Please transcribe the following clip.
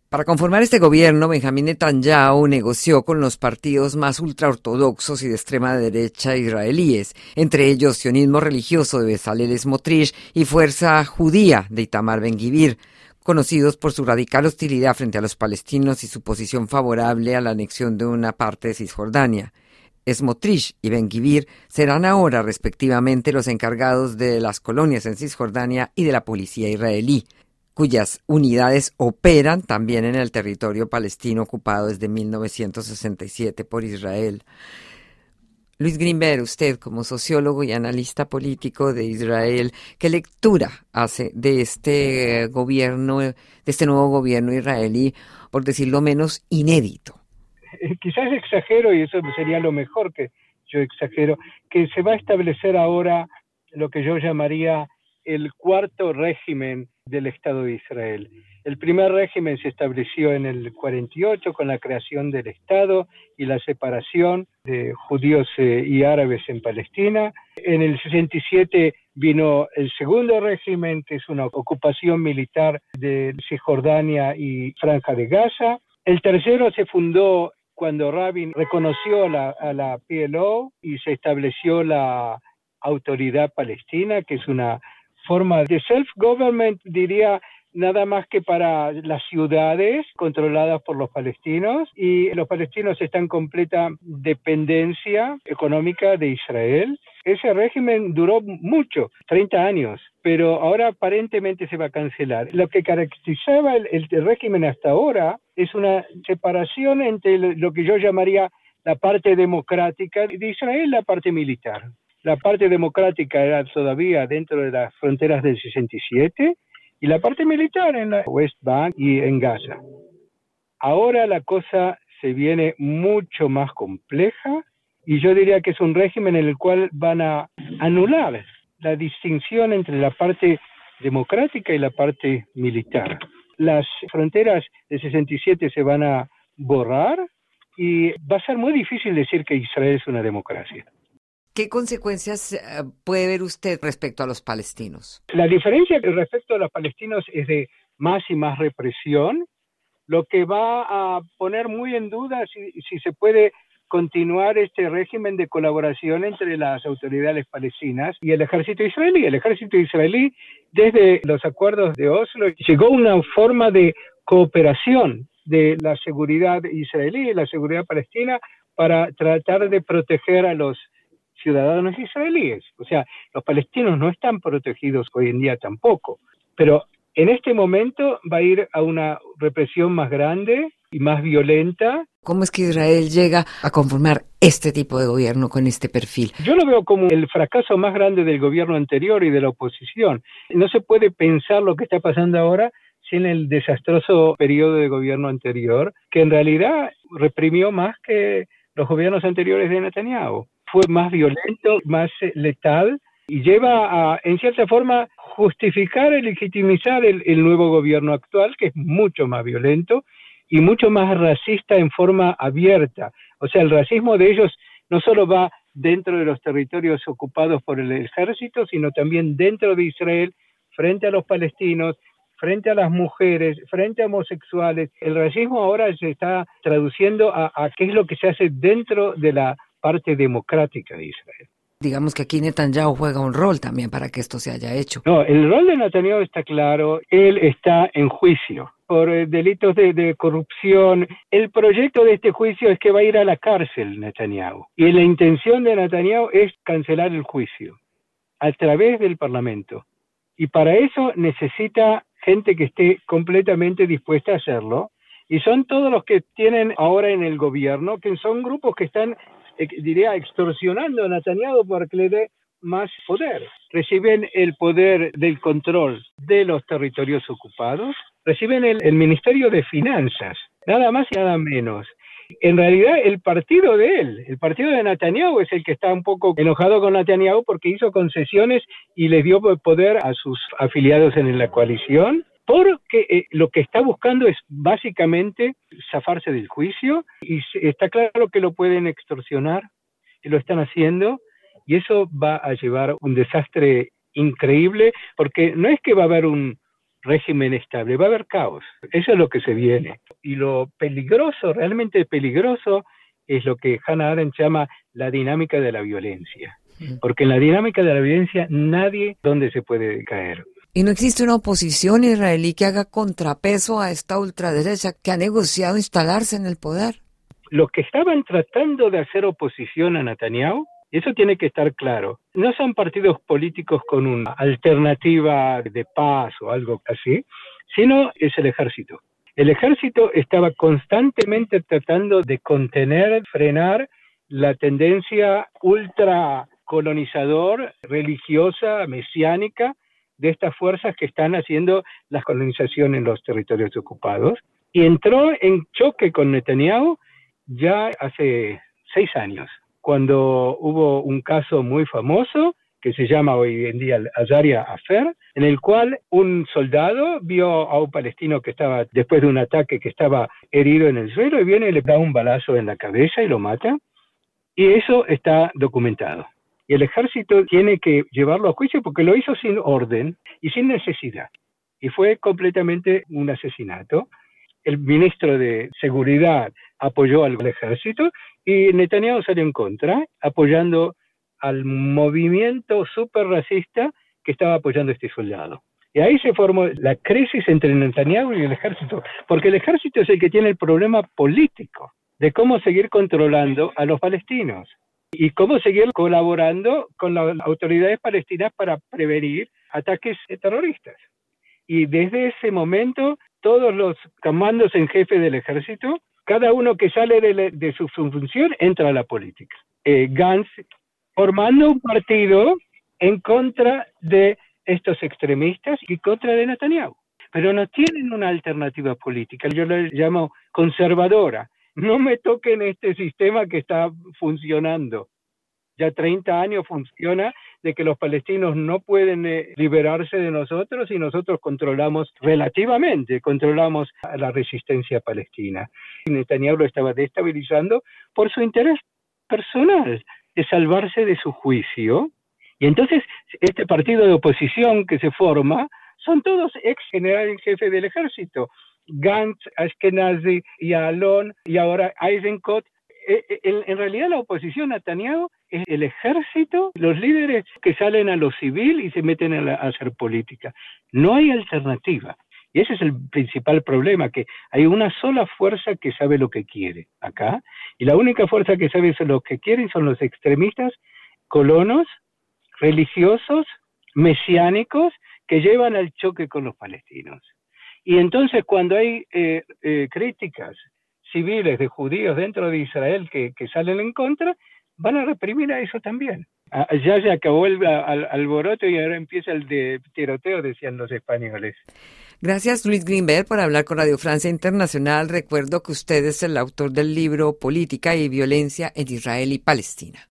Para conformar este gobierno, Benjamín Netanyahu negoció con los partidos más ultraortodoxos y de extrema derecha israelíes, entre ellos Sionismo Religioso de Bezalel Smotrich y Fuerza Judía de Itamar Ben-Gvir, conocidos por su radical hostilidad frente a los palestinos y su posición favorable a la anexión de una parte de Cisjordania. Smotrich y Ben-Gvir serán ahora respectivamente los encargados de las colonias en Cisjordania y de la policía israelí, cuyas unidades operan también en el territorio palestino ocupado desde 1967 por Israel. Luis Grinberg, usted como sociólogo y analista político de Israel, ¿qué lectura hace de este gobierno, de este nuevo gobierno israelí, por decirlo menos, inédito? Quizás exagero, y eso sería lo mejor que yo exagero, que se va a establecer ahora lo que yo llamaría el cuarto régimen del Estado de Israel. El primer régimen se estableció en el 48 con la creación del Estado y la separación de judíos y árabes en Palestina. En el 67 vino el segundo régimen, que es una ocupación militar de Cisjordania y Franja de Gaza. El tercero se fundó cuando Rabin reconoció a la PLO y se estableció la Autoridad Palestina, que es una forma de self-government, diría, nada más que para las ciudades controladas por los palestinos, y los palestinos están en completa dependencia económica de Israel. Ese régimen duró mucho, 30 años, pero ahora aparentemente se va a cancelar. Lo que caracterizaba el régimen hasta ahora es una separación entre lo que yo llamaría la parte democrática de Israel y la parte militar. La parte democrática era todavía dentro de las fronteras del 67 y la parte militar en la West Bank y en Gaza. Ahora la cosa se viene mucho más compleja y yo diría que es un régimen en el cual van a anular la distinción entre la parte democrática y la parte militar. Las fronteras del 67 se van a borrar y va a ser muy difícil decir que Israel es una democracia. ¿Qué consecuencias puede ver usted respecto a los palestinos? La diferencia respecto a los palestinos es de más y más represión, lo que va a poner muy en duda si se puede continuar este régimen de colaboración entre las autoridades palestinas y el ejército israelí. El ejército israelí, desde los acuerdos de Oslo, llegó a una forma de cooperación de la seguridad israelí y la seguridad palestina para tratar de proteger a los ciudadanos israelíes. O sea, los palestinos no están protegidos hoy en día tampoco, pero en este momento va a ir a una represión más grande y más violenta. ¿Cómo es que Israel llega a conformar este tipo de gobierno con este perfil? Yo lo veo como el fracaso más grande del gobierno anterior y de la oposición. No se puede pensar lo que está pasando ahora sin el desastroso periodo de gobierno anterior, que en realidad reprimió más que los gobiernos anteriores de Netanyahu. Fue más violento, más letal y lleva a, en cierta forma, justificar y legitimizar el nuevo gobierno actual, que es mucho más violento y mucho más racista en forma abierta. O sea, el racismo de ellos no solo va dentro de los territorios ocupados por el ejército, sino también dentro de Israel, frente a los palestinos, frente a las mujeres, frente a homosexuales. El racismo ahora se está traduciendo a qué es lo que se hace dentro de la parte democrática de Israel. Digamos que aquí Netanyahu juega un rol también para que esto se haya hecho. No, el rol de Netanyahu está claro. Él está en juicio por delitos de corrupción. El proyecto de este juicio es que va a ir a la cárcel Netanyahu. Y la intención de Netanyahu es cancelar el juicio a través del Parlamento. Y para eso necesita gente que esté completamente dispuesta a hacerlo. Y son todos los que tienen ahora en el gobierno, que son grupos que están, diría, extorsionando a Netanyahu para que le dé más poder. Reciben el poder del control de los territorios ocupados, reciben el Ministerio de Finanzas, nada más y nada menos. En realidad el partido de él, el partido de Netanyahu es el que está un poco enojado con Netanyahu porque hizo concesiones y les dio poder a sus afiliados en la coalición, porque lo que está buscando es básicamente zafarse del juicio y está claro que lo pueden extorsionar y lo están haciendo y eso va a llevar un desastre increíble porque no es que va a haber un régimen estable, va a haber caos. Eso es lo que se viene. Y lo peligroso, realmente peligroso, es lo que Hannah Arendt llama la dinámica de la violencia. Porque en la dinámica de la violencia nadie donde se puede caer. ¿Y no existe una oposición israelí que haga contrapeso a esta ultraderecha que ha negociado instalarse en el poder? Los que estaban tratando de hacer oposición a Netanyahu, eso tiene que estar claro, no son partidos políticos con una alternativa de paz o algo así, sino es el ejército. El ejército estaba constantemente tratando de contener, frenar la tendencia ultracolonizador, religiosa, mesiánica, de estas fuerzas que están haciendo la colonización en los territorios ocupados. Y entró en choque con Netanyahu ya hace 6 años, cuando hubo un caso muy famoso que se llama hoy en día el Azaria Affair, en el cual un soldado vio a un palestino que estaba, después de un ataque, que estaba herido en el suelo, y viene y le da un balazo en la cabeza y lo mata, y eso está documentado. Y el ejército tiene que llevarlo a juicio porque lo hizo sin orden y sin necesidad, y fue completamente un asesinato. El ministro de Seguridad apoyó al ejército y Netanyahu salió en contra, apoyando al movimiento súper racista que estaba apoyando a este soldado. Y ahí se formó la crisis entre Netanyahu y el ejército, porque el ejército es el que tiene el problema político de cómo seguir controlando a los palestinos y cómo seguir colaborando con las autoridades palestinas para prevenir ataques terroristas. Y desde ese momento, todos los comandos en jefe del ejército, cada uno que sale de su función, entra a la política. Gantz formando un partido en contra de estos extremistas y contra de Netanyahu. Pero no tienen una alternativa política. Yo la llamo conservadora. No me toquen este sistema que está funcionando. Ya 30 años funciona, de que los palestinos no pueden liberarse de nosotros y nosotros controlamos a la resistencia palestina. Y Netanyahu lo estaba destabilizando por su interés personal de salvarse de su juicio. Y entonces este partido de oposición que se forma son todos ex generales en jefe del ejército. Gantz, Ashkenazi, Ya'alon y ahora Eisenkot. En realidad la oposición a Netanyahu es el ejército, los líderes que salen a lo civil y se meten a hacer política. No hay alternativa. Y ese es el principal problema, que hay una sola fuerza que sabe lo que quiere acá, y la única fuerza que sabe lo que quieren son los extremistas colonos, religiosos, mesiánicos, que llevan al choque con los palestinos. Y entonces cuando hay críticas civiles de judíos dentro de Israel que salen en contra, van a reprimir a eso también. Ya se acabó el alboroto y ahora empieza el tiroteo, decían los españoles. Gracias, Luis Greenberg, por hablar con Radio Francia Internacional. Recuerdo que usted es el autor del libro Política y Violencia en Israel y Palestina.